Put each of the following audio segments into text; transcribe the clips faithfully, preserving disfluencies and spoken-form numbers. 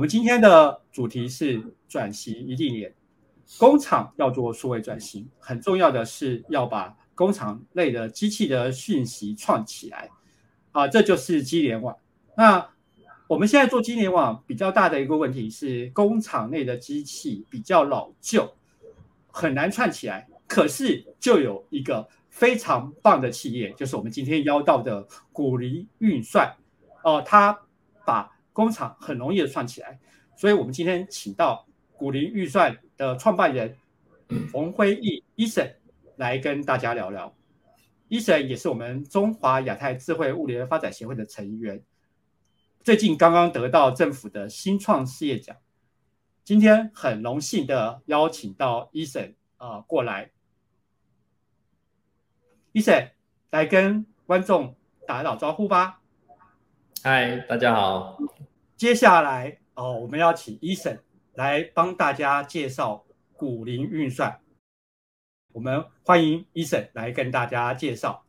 们今天的主题是转型一定年，工厂要做数位转型，很重要的是要把工厂类的机器的讯息创起来啊，这就是机联网。那我们现在做机联网比较大的一个问题是，工厂内的机器比较老旧，很难串起来。可是就有一个非常棒的企业，就是我们今天邀到的古林运算，哦、呃，它把工厂很容易的串起来。所以我们今天请到古林运算的创办人冯辉毅 Eason 来跟大家聊聊。Eason 也是我们中华亚太智慧物联发展协会的成员，最近刚刚得到政府的新创事业奖。今天很荣幸的邀请到 Eason、呃、过来。Eason 来跟观众打打招呼吧。 嗨，大家好。 接下来、哦、我们要请 Eason 来帮大家介绍古林运算。我们欢迎 Eason 来跟大家介绍。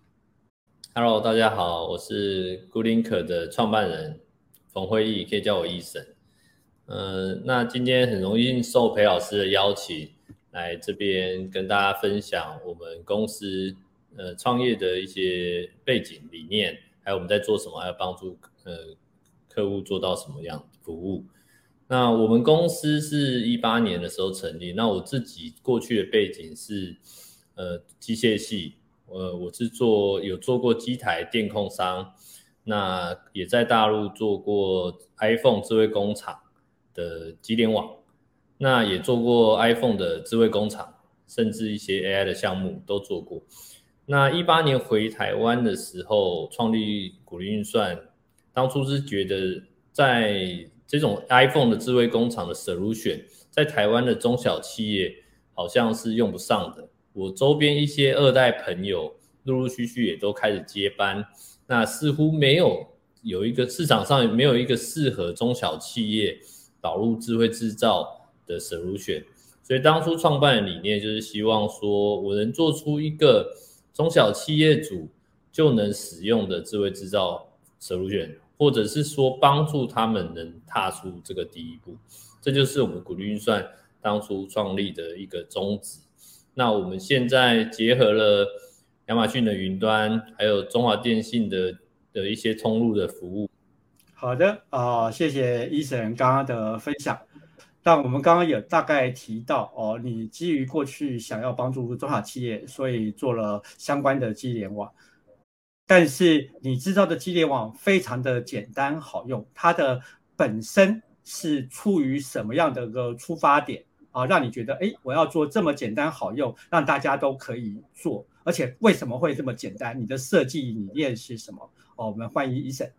Hello， 大家好，我是 GoodLink 的创办人冯辉毅，可以叫我 Eason。呃，那今天很荣幸受裴老师的邀请，来这边跟大家分享我们公司呃创业的一些背景理念，还有我们在做什么，还有帮助呃客户做到什么样的服务。那我们公司是一八年的时候成立，那我自己过去的背景是呃机械系，呃我是做有做过机台电控商，那也在大陆做过 iPhone 智慧工厂的机联网，那也做过 iPhone 的智慧工厂，甚至一些 A I 的项目都做过。那一八年回台湾的时候创立古林运算，当初是觉得在这种 iPhone 的智慧工厂的 solution 在台湾的中小企业好像是用不上的，我周边一些二代朋友陆陆续续也都开始接班，那似乎没有有一个市场上没有一个适合中小企业导入智慧制造的 solution， 所以当初创办的理念就是希望说我能做出一个中小企业主就能使用的智慧制造 solution， 或者是说帮助他们能踏出这个第一步，这就是我们古林运算当初创立的一个宗旨。那我们现在结合了亚马逊的云端，还有中华电信的的一些通路的服务。 好的、呃、谢谢 Eason 刚刚的分享。但我们刚刚也大概提到哦，你基于过去想要帮助中小企业，所以做了相关的机联网。但是你知道的机联网非常的简单好用，它的本身是出于什么样的一个出发点啊，让你觉得哎，我要做这么简单好用，让大家都可以做，而且为什么会这么简单？你的设计理念是什么？哦，我们欢迎 Eason。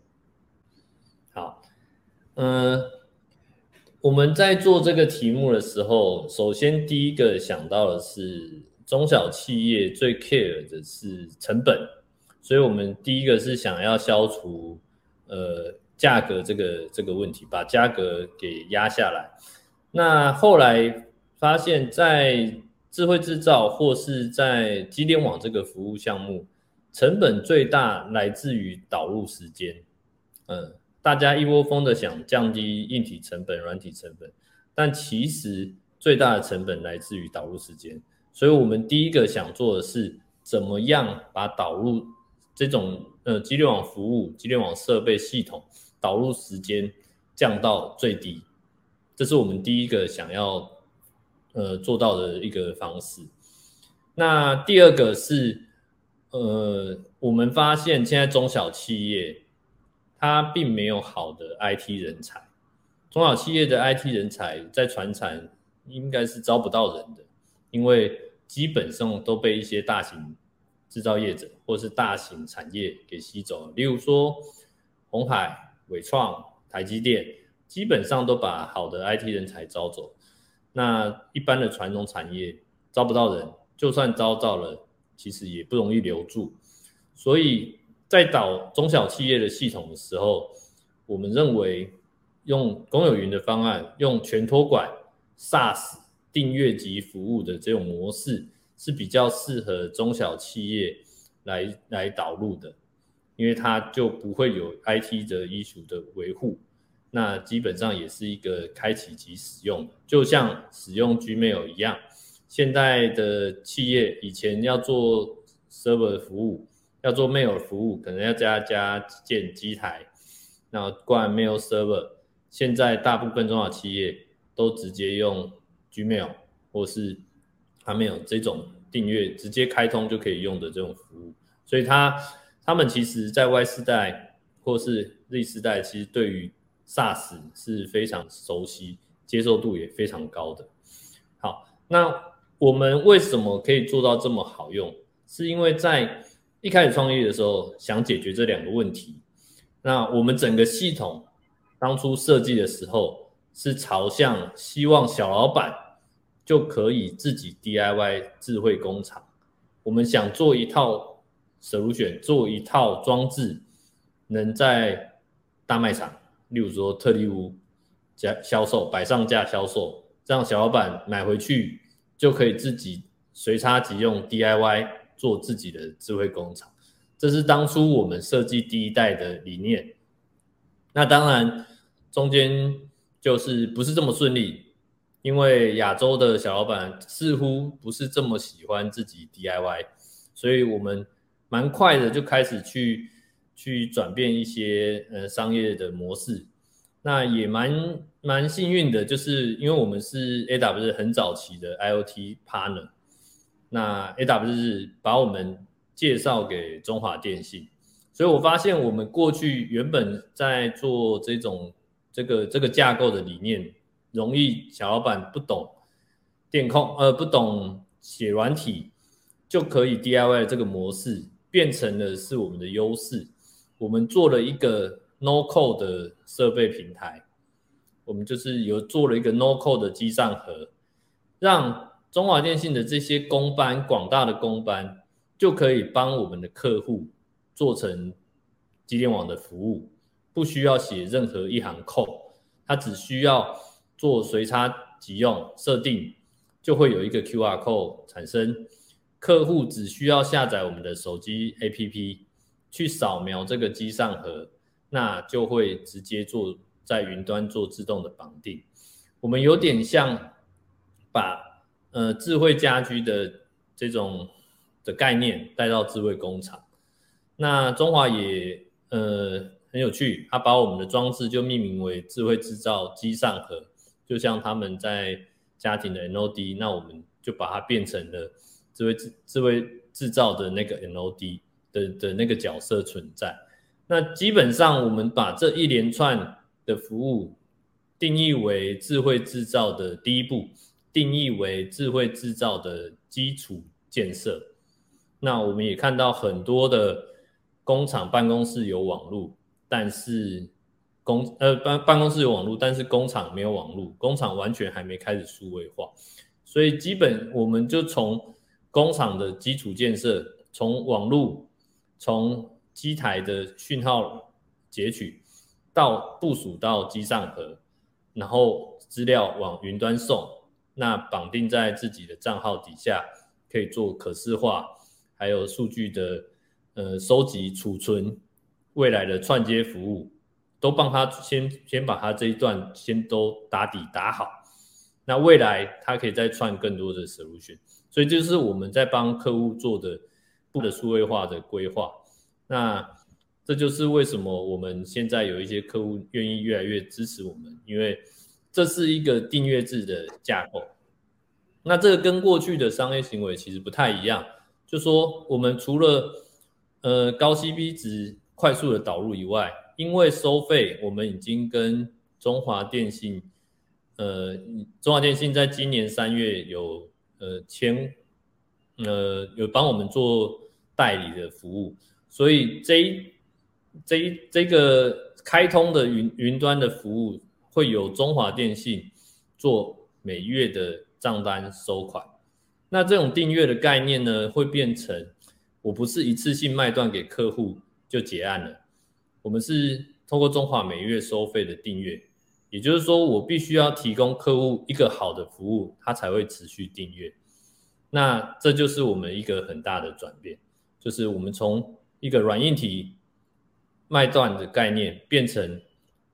好，嗯、呃，我们在做这个题目的时候，首先第一个想到的是中小企业最 care 的是成本，所以我们第一个是想要消除呃价格这个这个问题，把价格给压下来。那后来发现，在智慧制造或是在机联网这个服务项目，成本最大来自于导入时间，嗯。大家一窝蜂的想降低硬体成本、软体成本，但其实最大的成本来自于导入时间。所以我们第一个想做的是，怎么样把导入这种呃机联网服务、机联网设备系统导入时间降到最低，这是我们第一个想要呃做到的一个方式。那第二个是呃，我们发现现在中小企业它并没有好的 I T 人才，中小企业的 I T 人才在传产应该是招不到人的，因为基本上都被一些大型制造业者或是大型产业给吸走了，例如说鸿海、伟创、台积电，基本上都把好的 I T 人才招走，那一般的传统产业招不到人，就算招到了，其实也不容易留住，所以在导中小企业的系统的时候，我们认为用公有云的方案，用全托管 SaaS 订阅级服务的这种模式是比较适合中小企业来来导入的，因为它就不会有 I T 的issue的维护， 那基本上也是一个开启及使用的，就像使用 Gmail 一样。现在的企业以前要做 server 服务，要做 mail 服务，可能要加加建机台，那灌 mail server。现在大部分中小企业都直接用 Gmail 或是他们有这种订阅直接开通就可以用的这种服务，所以他他们其实在 Y 世代或是 Z 世代，其实对于 SaaS 是非常熟悉，接受度也非常高的。好，那我们为什么可以做到这么好用？是因为在一开始创业的时候想解决这两个问题。那我们整个系统当初设计的时候是朝向希望小老板就可以自己 D I Y 智慧工厂。我们想做一套 solution， 做一套装置，能在大卖场，例如说特力屋销售，摆上架销售，这样小老板买回去就可以自己随插即用 D I Y 做自己的智慧工厂。这是当初我们设计第一代的理念。那当然中间就是不是这么顺利，因为亚洲的小老板似乎不是这么喜欢自己 D I Y， 所以我们蛮快的就开始去去转变一些呃商业的模式。那也蛮蛮幸运的，就是因为我们是 A W S 很早期的 I O T partner， 那 A W S 把我们介绍给中华电信，所以我发现我们过去原本在做这种这个这个架构的理念，容易小老板不懂电控呃不懂写软体就可以 D I Y 的这个模式，变成了是我们的优势。我们做了一个 no code 的设备平台，我们就是有做了一个 no code 的机上盒，让中华电信的这些公班广大的公班就可以帮我们的客户做成机联网的服务，不需要写任何一行 code， 它只需要做随插即用设定，就会有一个 Q R code 产生，客户只需要下载我们的手机 A P P 去扫描这个机上盒，那就会直接做在云端做自动的绑定。我们有点像把呃智慧家居的这种的概念带到智慧工厂。那中华也呃很有趣，他把我们的装置就命名为智慧制造机上盒，就像他们在家庭的 N O D， 那我们就把它变成了智慧智慧制造的那个 N O D 的的那个角色存在。那基本上我们把这一连串的服务定义为智慧制造的第一步，定义为智慧制造的基础建设。那我们也看到很多的工厂办公室有网路，但是工呃办办公室有网路，但是工厂没有网路，工厂完全还没开始数位化。所以基本我们就从工厂的基础建设，从网路，从机台的讯号截取到部署到机上盒，然后资料往云端送，那绑定在自己的账号底下，可以做可视化，还有数据的呃收集储存，未来的串接服务都帮他先先把他这一段先都打底打好，那未来他可以再串更多的 solution。 所以这就是我们在帮客户做的部的数位化的规划。那这就是为什么我们现在有一些客户愿意越来越支持我们，因为这是一个订阅制的架构。那这个跟过去的商业行为其实不太一样，就说我们除了呃高 C P 值快速的导入以外，因为收费我们已经跟中华电信呃中华电信在今年三月有呃签呃有帮我们做代理的服务，所以这一这一这个开通的云云端的服务会由中华电信做每月的账单收款。那这种订阅的概念呢，会变成我不是一次性卖断给客户就结案了，我们是通过中华每月收费的订阅，也就是说我必须要提供客户一个好的服务，他才会持续订阅。那这就是我们一个很大的转变，就是我们从一个软硬体卖断的概念变成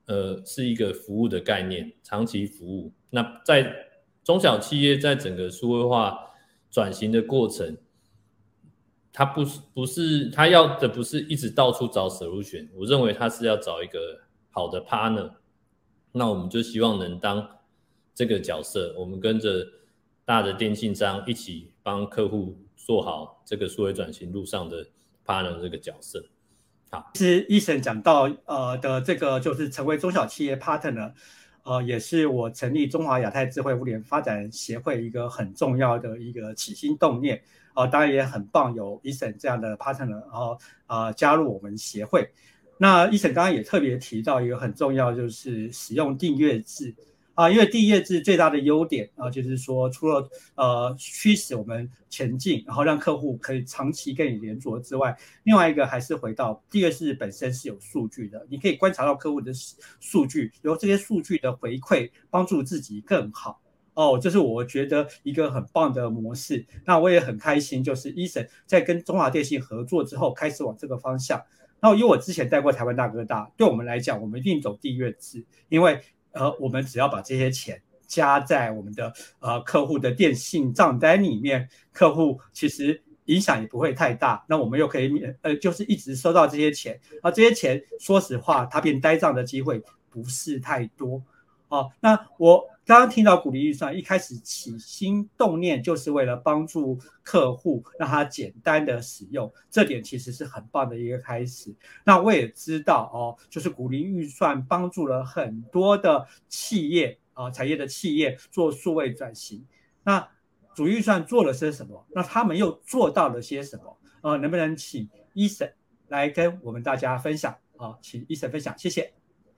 呃是一个服务的概念，长期服务。那在中小企业在整个数位化转型的过程，它不是不是它要的不是一直到处找 solution， 我认为它是要找一个好的 partner。那我们就希望能当这个角色，我们跟着大的电信商一起帮客户做好这个数位转型路上的 partner 这个角色。好， 其实Eason讲到呃的这个就是成为中小企业 partner，呃，也是我成立中华亚太智慧物联发展协会一个很重要的一个起心动念。呃，当然也很棒，有 Eason 这样的 partner， 然后呃加入我们协会。那Eason刚刚也特别提到一个很重要，就是使用订阅制啊，因为订阅制最大的优点啊，就是说除了呃驱使我们前进，然后让客户可以长期跟你连着之外，另外一个还是回到订阅制本身是有数据的，你可以观察到客户的数据，由这些数据的回馈帮助自己更好。哦，这是我觉得一个很棒的模式。那我也很开心，就是 Eason 在跟中华电信合作之后，开始往这个方向。然后因为我之前带过台湾大哥大，对我们来讲，我们一定走订阅制，因为呃，我们只要把这些钱加在我们的呃客户的电信账单里面，客户其实影响也不会太大。那我们又可以呃，就是一直收到这些钱，啊，这些钱说实话，它变呆账的机会不是太多。哦，那我刚刚听到鼓励预算，一开始起心动念就是为了帮助客户，让他简单的使用，这点其实是很棒的一个开始。那我也知道哦，就是鼓励预算帮助了很多的企业啊、呃，产业的企业做数位转型。那主预算做了些什么？那他们又做到了些什么？呃，能不能请Eason来跟我们大家分享啊？请Eason分享，谢谢。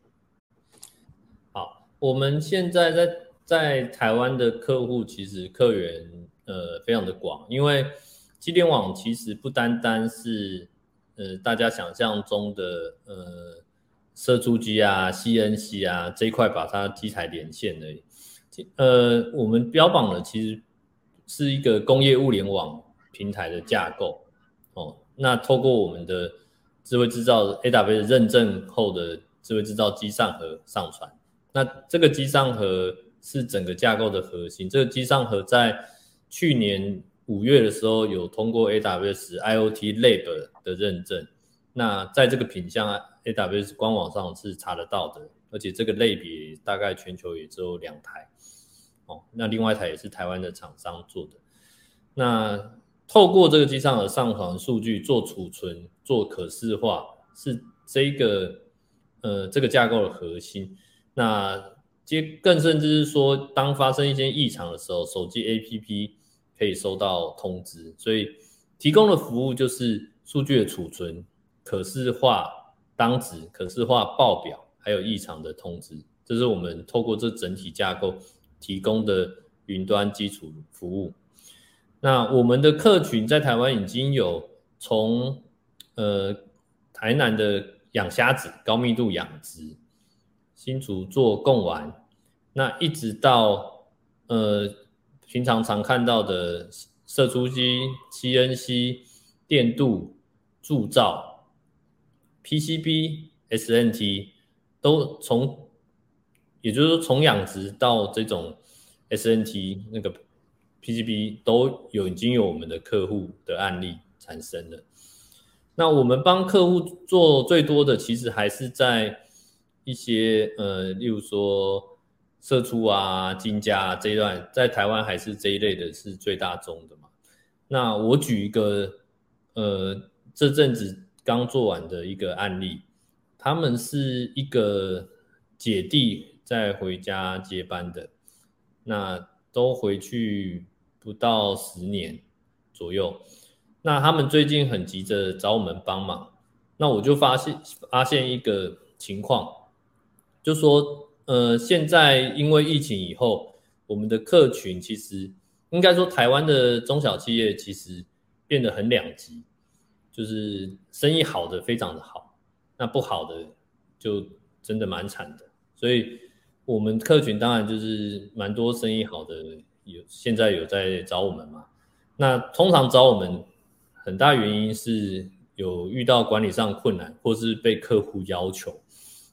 我们现在在在台湾的客户其实客源呃非常的广，因为机联网其实不单单是呃大家想象中的呃射出机啊 C N C 啊这一块把它机台连线而已，呃我们标榜的其实是一个工业物联网平台的架构哦，那透过我们的智慧制造 A W S 认证后的智慧制造机上盒上传。那这个机上盒是整个架构的核心，这个机上盒在去年五月的时候有通过 A W S I O T Lab 的认证，那在这个品项 A W S 官网上是查得到的，而且这个类别大概全球也只有两台，哦，那另外一台也是台湾的厂商做的。那透过这个机上盒上传数据做储存、做可视化，是这个呃这个架构的核心。那更甚至是说，当发生一些异常的时候，手机 A P P 可以收到通知，所以提供的服务就是数据的储存、可视化当值、可视化报表，还有异常的通知，这是我们透过这整体架构提供的云端基础服务。那我们的客群在台湾已经有从呃台南的养虾子高密度养殖，新竹做贡丸，那一直到呃平常常看到的射出机、C N C、电镀、铸造、P C B、S N T 都从，也就是说从养殖到这种 S N T 那个 P C B 都有已经有我们的客户的案例产生了。那我们帮客户做最多的其实还是在一些呃，例如说射出啊、金家啊这一段，在台湾还是这一类的是最大宗的嘛。那我举一个呃，这阵子刚做完的一个案例，他们是一个姐弟在回家接班的，那都回去不到十年左右。那他们最近很急着找我们帮忙，那我就发现发现一个情况，就说呃，现在因为疫情以后，我们的客群其实应该说台湾的中小企业其实变得很两极，就是生意好的非常的好，那不好的就真的蛮惨的，所以我们客群当然就是蛮多生意好的有现在有在找我们嘛，那通常找我们很大原因是有遇到管理上困难，或是被客户要求。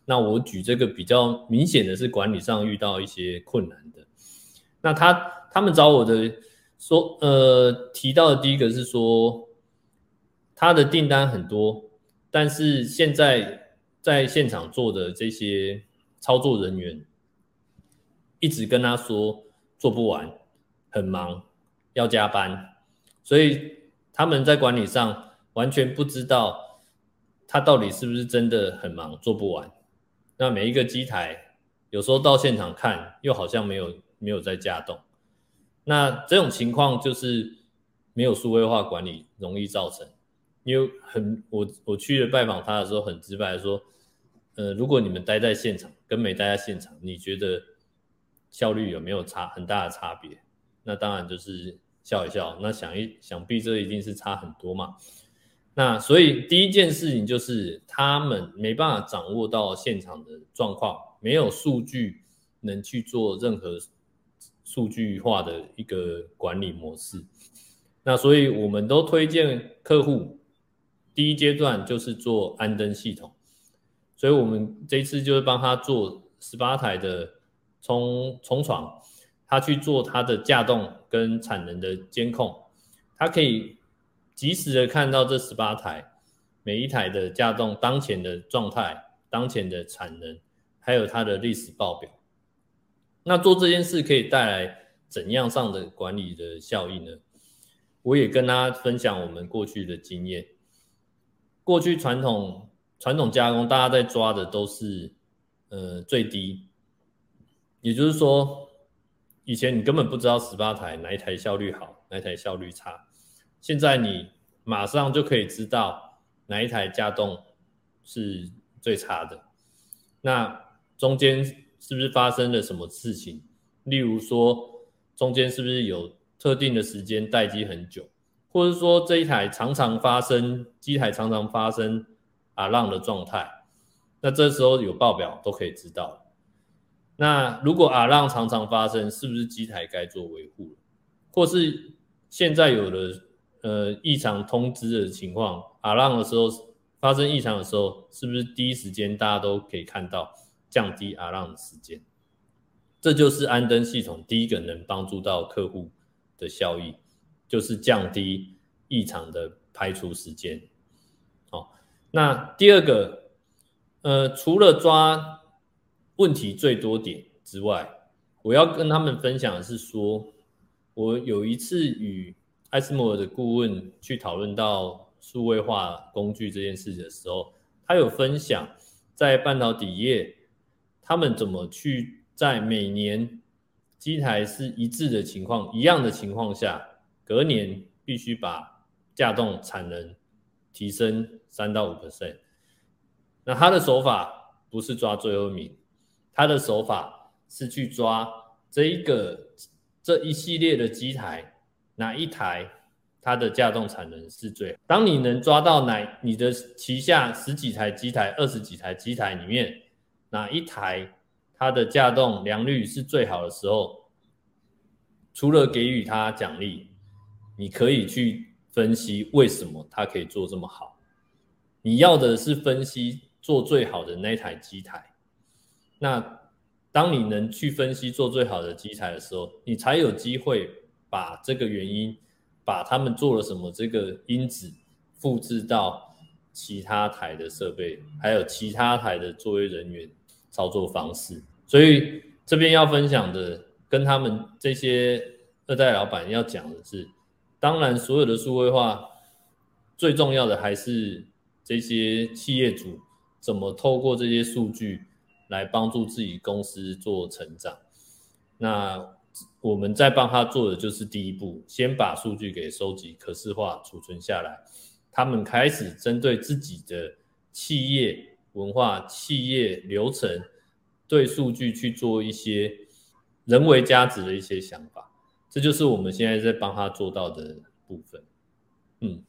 那我举这个比较明显的是管理上遇到一些困难的。那他他们找我的说，呃，提到的第一个是说，他的订单很多，但是现在在现场做的这些操作人员一直跟他说做不完，很忙，要加班，所以他们在管理上完全不知道他到底是不是真的很忙做不完。那每一个机台有时候到现场看又好像没有没有在架动，那这种情况就是没有数位化管理容易造成。因为很我我去了拜访他的时候很直白的说，呃，如果你们待在现场跟没待在现场，你觉得效率有没有差很大的差别？那当然就是笑一笑，那想一想必这一定是差很多嘛。那所以第一件事情就是他们没办法掌握到现场的状况，没有数据能去做任何数据化的一个管理模式。那所以我们都推荐客户第一阶段就是做安灯系统，所以我们这一次就是帮他做十八台的冲冲床，他去做他的架动跟产能的监控，他可以及时的看到这十八台每一台的架动当前的状态、当前的产能，还有它的历史报表。那做这件事可以带来怎样上的管理的效益呢？我也跟他分享我们过去的经验。过去传统传统加工，大家在抓的都是呃最低，也就是说，以前你根本不知道十八台哪一台效率好，哪一台效率差。现在你马上就可以知道哪一台架动是最差的。那中间是不是发生了什么事情？例如说，中间是不是有特定的时间待机很久，或者说这一台常常发生机台常常发生阿浪的状态，那这时候有报表都可以知道。那如果阿浪常常发生，是不是机台该做维护了？或是现在有了呃异常通知的情况，阿浪的时候发生异常的时候，是不是第一时间大家都可以看到，降低阿浪的时间？这就是安灯系统第一个能帮助到客户的效益，就是降低异常的排除时间。好，那第二个，呃，除了抓问题最多点之外，我要跟他们分享的是说，我有一次与艾斯摩尔的顾问去讨论到数位化工具这件事的时候，他有分享在半导体业他们怎么去在每年机台是一致的情况一样的情况下，隔年必须把架动产能提升 百分之三到百分之五。 那他的手法不是抓最后一名，他的手法是去抓这一个这一系列的机台哪一台它的架动产能是最好。当你能抓到哪你的旗下十几台机台、二十几台机台里面哪一台它的架动良率是最好的时候，除了给予它奖励，你可以去分析为什么它可以做这么好。你要的是分析做最好的那台机台。那当你能去分析做最好的机台的时候，你才有机会把这个原因，把他们做了什么这个因子复制到其他台的设备，还有其他台的作业人员操作方式。所以这边要分享的跟他们这些二代老板要讲的是，当然所有的数位化最重要的还是这些企业主怎么透过这些数据来帮助自己公司做成长。那我们在帮他做的就是第一步，先把数据给收集可视化储存下来，他们开始针对自己的企业文化、企业流程对数据去做一些人为价值的一些想法，这就是我们现在在帮他做到的部分。嗯。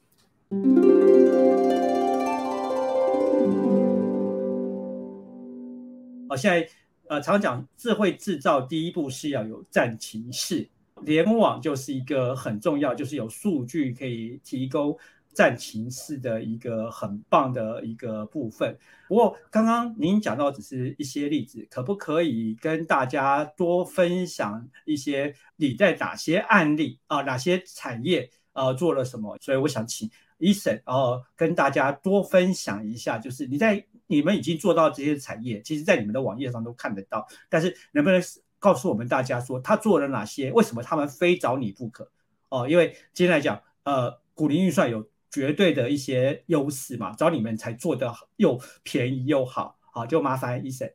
哦，现在呃常讲智慧制造第一步是要有战情室，联网就是一个很重要，就是有数据可以提供战情室的一个很棒的一个部分。不过刚刚您讲到只是一些例子，可不可以跟大家多分享一些你在哪些案例啊、呃，哪些产业呃做了什么？所以我想请 Eason 呃跟大家多分享一下，就是你在你们已经做到这些产业，其实在你们的网页上都看得到，但是能不能告诉我们大家说他做了哪些？为什么他们非找你不可？哦，因为今天来讲，呃，股龄预算有绝对的一些优势嘛，找你们才做得又便宜又好，好，就麻烦 Eason。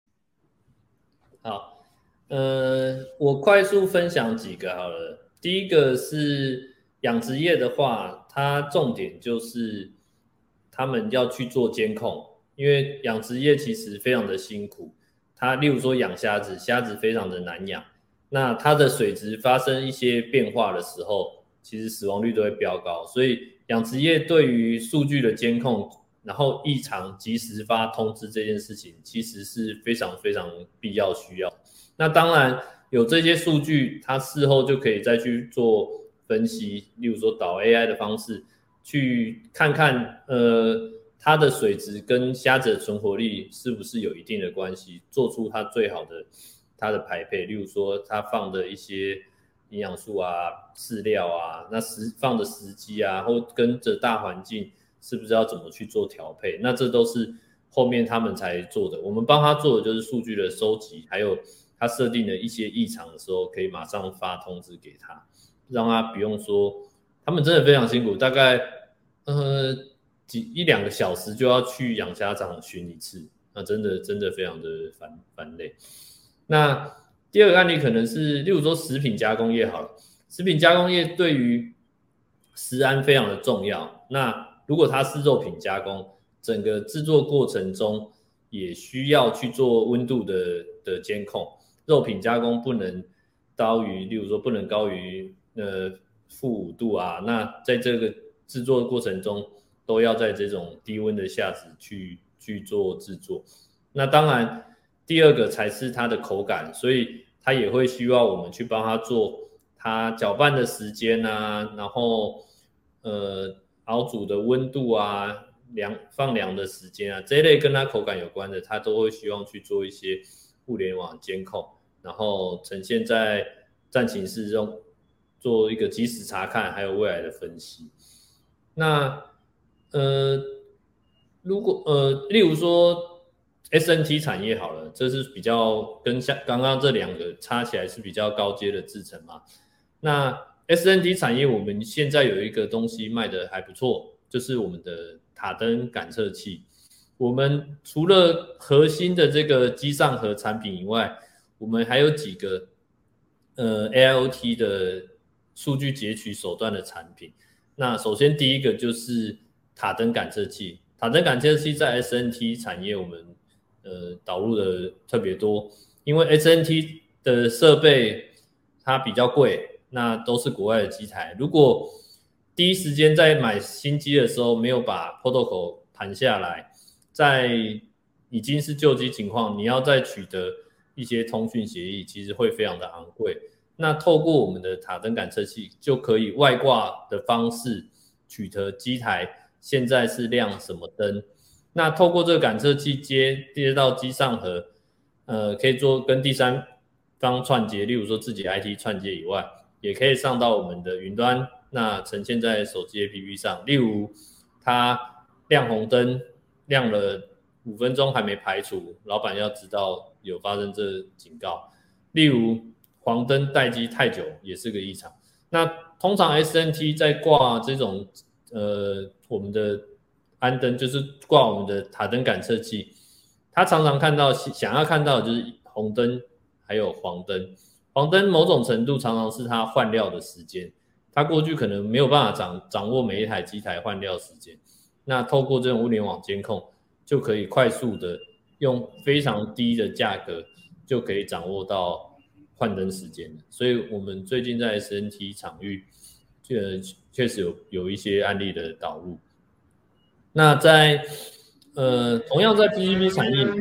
好，呃，我快速分享几个好了。第一个是养殖业的话，它重点就是他们要去做监控，因为养殖业其实非常的辛苦。它例如说养虾子，虾子非常的难养，那它的水质发生一些变化的时候，其实死亡率都会飙高，所以养殖业对于数据的监控，然后异常及时发通知这件事情，其实是非常非常必要需要。那当然有这些数据，它事后就可以再去做分析，例如说导 A I 的方式，去看看呃它的水质跟虾子的存活率是不是有一定的关系，做出它最好的它的排配，例如说它放的一些营养素啊、饲料啊，那时放的时机啊，或跟着大环境是不是要怎么去做调配，那这都是后面他们才做的。我们帮他做的就是数据的收集，还有他设定的一些异常的时候，可以马上发通知给他，让他不用说，他们真的非常辛苦，大概呃几一两个小时就要去养虾场巡一次，那真的真的非常的烦烦累。那第二个案例可能是，例如说食品加工业好了，食品加工业对于食安非常的重要。那如果它是肉品加工，整个制作过程中也需要去做温度的的监控，肉品加工不能高于，例如说不能高于呃负五度啊。那在这个制作过程中，都要在这种低温的下子去去做制作。那当然，第二个才是它的口感，所以它也会需要我们去帮它做它搅拌的时间啊，然后呃熬煮的温度啊，凉放凉的时间啊，这一类跟它口感有关的，它都会希望去做一些物联网监控，然后呈现在战情室中做一个即时查看，还有未来的分析。那呃，如果呃，例如说 S N T 产业好了，这是比较跟像刚刚这两个差起来是比较高阶的制程嘛。那 S N T 产业我们现在有一个东西卖的还不错，就是我们的塔灯感测器。我们除了核心的这个机上盒产品以外，我们还有几个呃 A I O T 的数据截取手段的产品。那首先第一个就是塔灯感测器，塔灯感测器在 S N T 产业我们呃导入的特别多，因为 S N T 的设备它比较贵，那都是国外的机台，如果第一时间在买新机的时候没有把 protocol 盘下来，在已经是旧机情况，你要再取得一些通讯协议，其实会非常的昂贵。那透过我们的塔灯感测器，就可以外挂的方式取得机台现在是亮什么灯。那透过这个感测器接接到机上盒，呃，可以做跟第三方串接，例如说自己 I T 串接以外，也可以上到我们的云端，那呈现在手机 A P P 上。例如它亮红灯，亮了五分钟还没排除，老板要知道有发生这警告。例如黄灯待机太久也是个异常。那通常 S N T 在挂这种呃我们的安灯，就是挂我们的塔灯感测器，他常常看到想要看到的就是红灯还有黄灯。黄灯某种程度常常是他换料的时间，他过去可能没有办法 掌, 掌握每一台机台换料时间，那透过这种物联网监控就可以快速的用非常低的价格就可以掌握到换灯时间。所以我们最近在 S N T 场域确实 有, 有一些案例的导入。那在呃，同样在 P C B 产业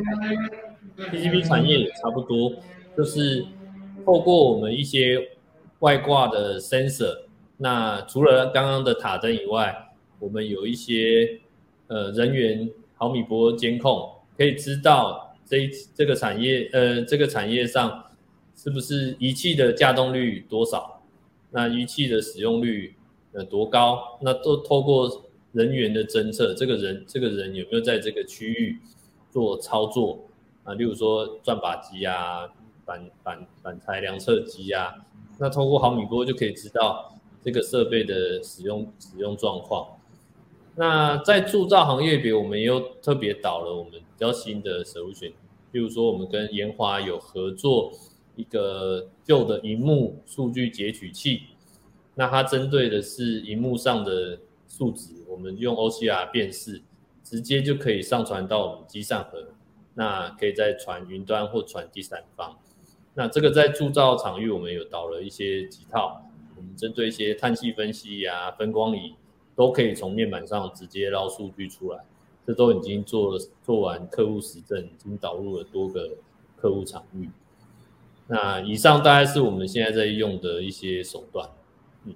P C B 产业也差不多，就是透过我们一些外挂的 sensor， 那除了刚刚的塔灯以外， 我们有一些呃人员毫米波监控，可以知道这这个产业呃这个产业上是不是仪器的稼动率多少，那仪器的使用率呃多高，那都透过人员的侦测，这个人这个人有没有在这个区域做操作啊？例如说转把机啊、板板板材量测机啊，那透过毫米波就可以知道这个设备的使用使用状况。那在铸造行业别，我们又特别导了我们比较新的 solution， 例如说我们跟研华有合作一个旧的萤幕数据截取器，那它针对的是萤幕上的数值，我们用 O C R 辨识，直接就可以上传到我们机上盒，那可以再传云端或传第三方。那这个在铸造场域我们有导了一些几套，我们针对一些碳系分析啊、分光仪，都可以从面板上直接捞数据出来，这都已经做做完客户实证，已经导入了多个客户场域。那以上大概是我们现在在用的一些手段。嗯，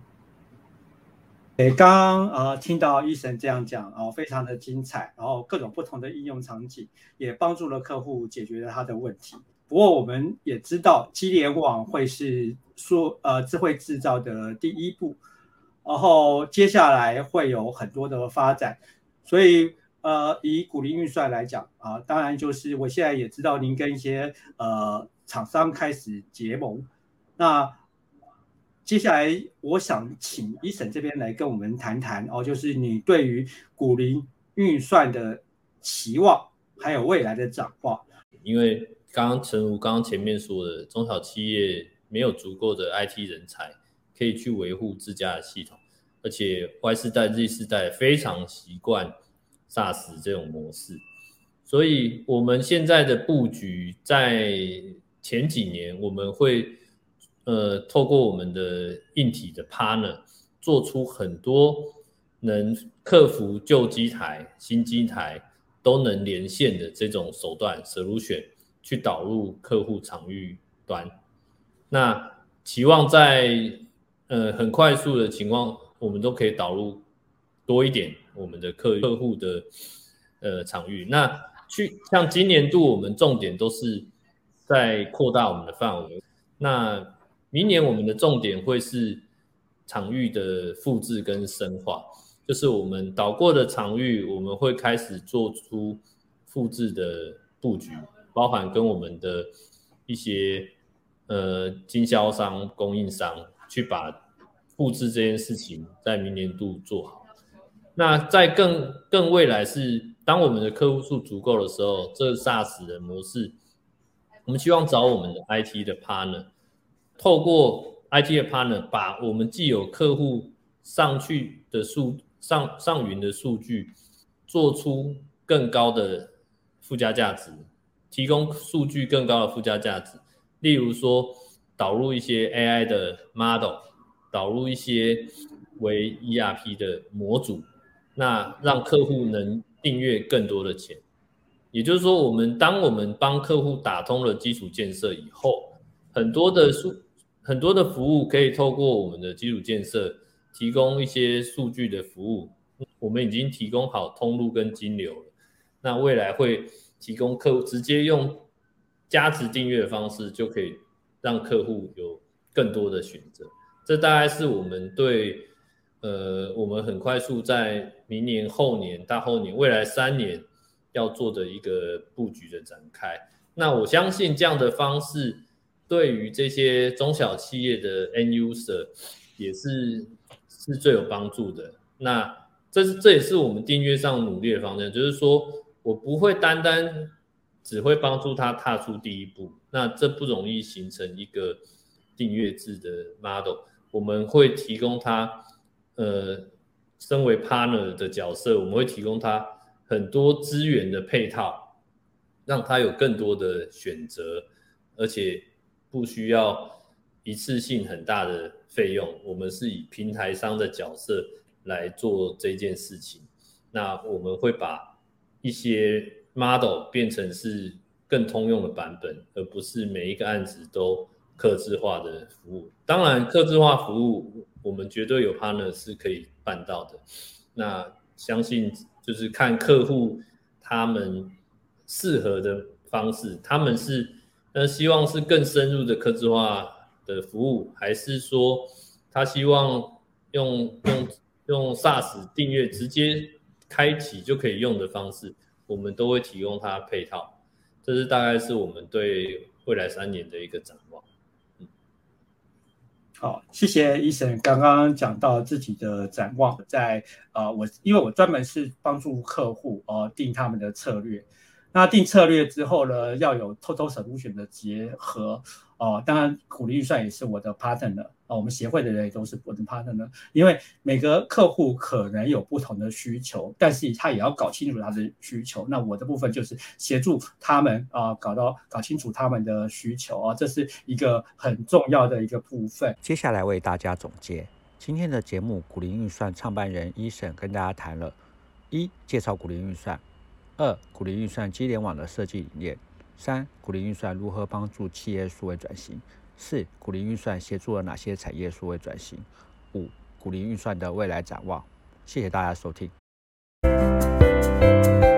诶，刚刚呃听到医生这样讲哦，非常的精彩，然后各种不同的应用场景，也帮助了客户解决了他的问题。不过我们也知道，机联网会是说呃智慧制造的第一步，然后接下来会有很多的发展，所以呃以鼓励运算来讲啊、呃，当然就是我现在也知道您跟一些呃厂商开始结盟，那接下来我想请医生这边来跟我们谈谈哦，就是你对于鼓励运算的期望，还有未来的展望。 因为刚刚诚如刚刚前面说的，中小企业没有足够的 I T 人才可以去维护自家的系统，而且 Y 世代、Z 世代非常习惯 SaaS 这种模式，所以我们现在的布局在前几年我们会呃透过我们的硬体的 partner 做出很多能克服旧机台、新机台都能连线的这种手段 solution 去导入客户场域端。那期望在呃很快速的情况，我们都可以导入多一点我们的客客户的呃场域。那去像今年度我们重点都是在扩大我们的范围。那明年我们的重点会是场域的复制跟深化。就是我们导过的场域，我们会开始做出复制的布局，包含跟我们的一些呃经销商、供应商去把复制这件事情在明年度做好。那在更更未来是，当我们的客户数足够的时候，这 SaaS 的模式，我们希望找我们的 I T 的 partner， 透过 I T 的 partner 把我们既有客户上去的数上上云的数据，做出更高的附加价值，提供数据更高的附加价值。例如说，导入一些 A I 的 model， 导入一些为 E R P 的模组，那让客户能订阅更多的钱。也就是说，我们当我们帮客户打通了基础建设以后，很多的数很多的服务可以透过我们的基础建设提供一些数据的服务，我们已经提供好通路跟金流了。那未来会提供客户直接用加值订阅的方式，就可以让客户有更多的选择。这大概是我们对呃我们很快速在明年、后年、大后年、未来三年要做的一个布局的展开。那我相信这样的方式对于这些中小企业的 end user 也是是最有帮助的。那这是这也是我们订阅上努力的方向，就是说我不会单单只会帮助他踏出第一步，那这不容易形成一个订阅制的 model。我们会提供他呃身为 partner 的角色，我们会提供他很多资源的配套，让他有更多的选择，而且不需要一次性很大的费用。我们是以平台商的角色来做这件事情。那我们会把一些 model 变成是更通用的版本，而不是每一个案子都客制化的服务。当然客制化服务我们绝对有 partner 是可以办到的， 那相信就是看客户他们适合的方式，他们是呃希望是更深入的客制化的服务，还是说他希望用用用 SaaS 订阅直接开启就可以用的方式，我们都会提供他配套。这是大概是我们对未来三年的一个展望。嗯、 好，谢谢医生刚刚讲到自己的展望，在呃我因为我专门是帮助客户呃定他们的策略。那定策略之后呢，要有 total solution 的结合哦、呃。当然，鼓励预算也是我的 partner 啊、呃，我们协会的人也都是我的 partner。因为每个客户可能有不同的需求，但是他也要搞清楚他的需求。那我的部分就是协助他们啊、呃，搞到搞清楚他们的需求啊、呃，这是一个很重要的一个部分。 接下来为大家总结今天的节目，股灵运算创办人伊森跟大家谈了：一、介绍股灵运算。二、股灵运算机联网的设计理念。三、股灵运算如何帮助企业数位转型。四、股灵运算协助了哪些产业数位转型。五、股灵运算的未来展望。谢谢大家收听。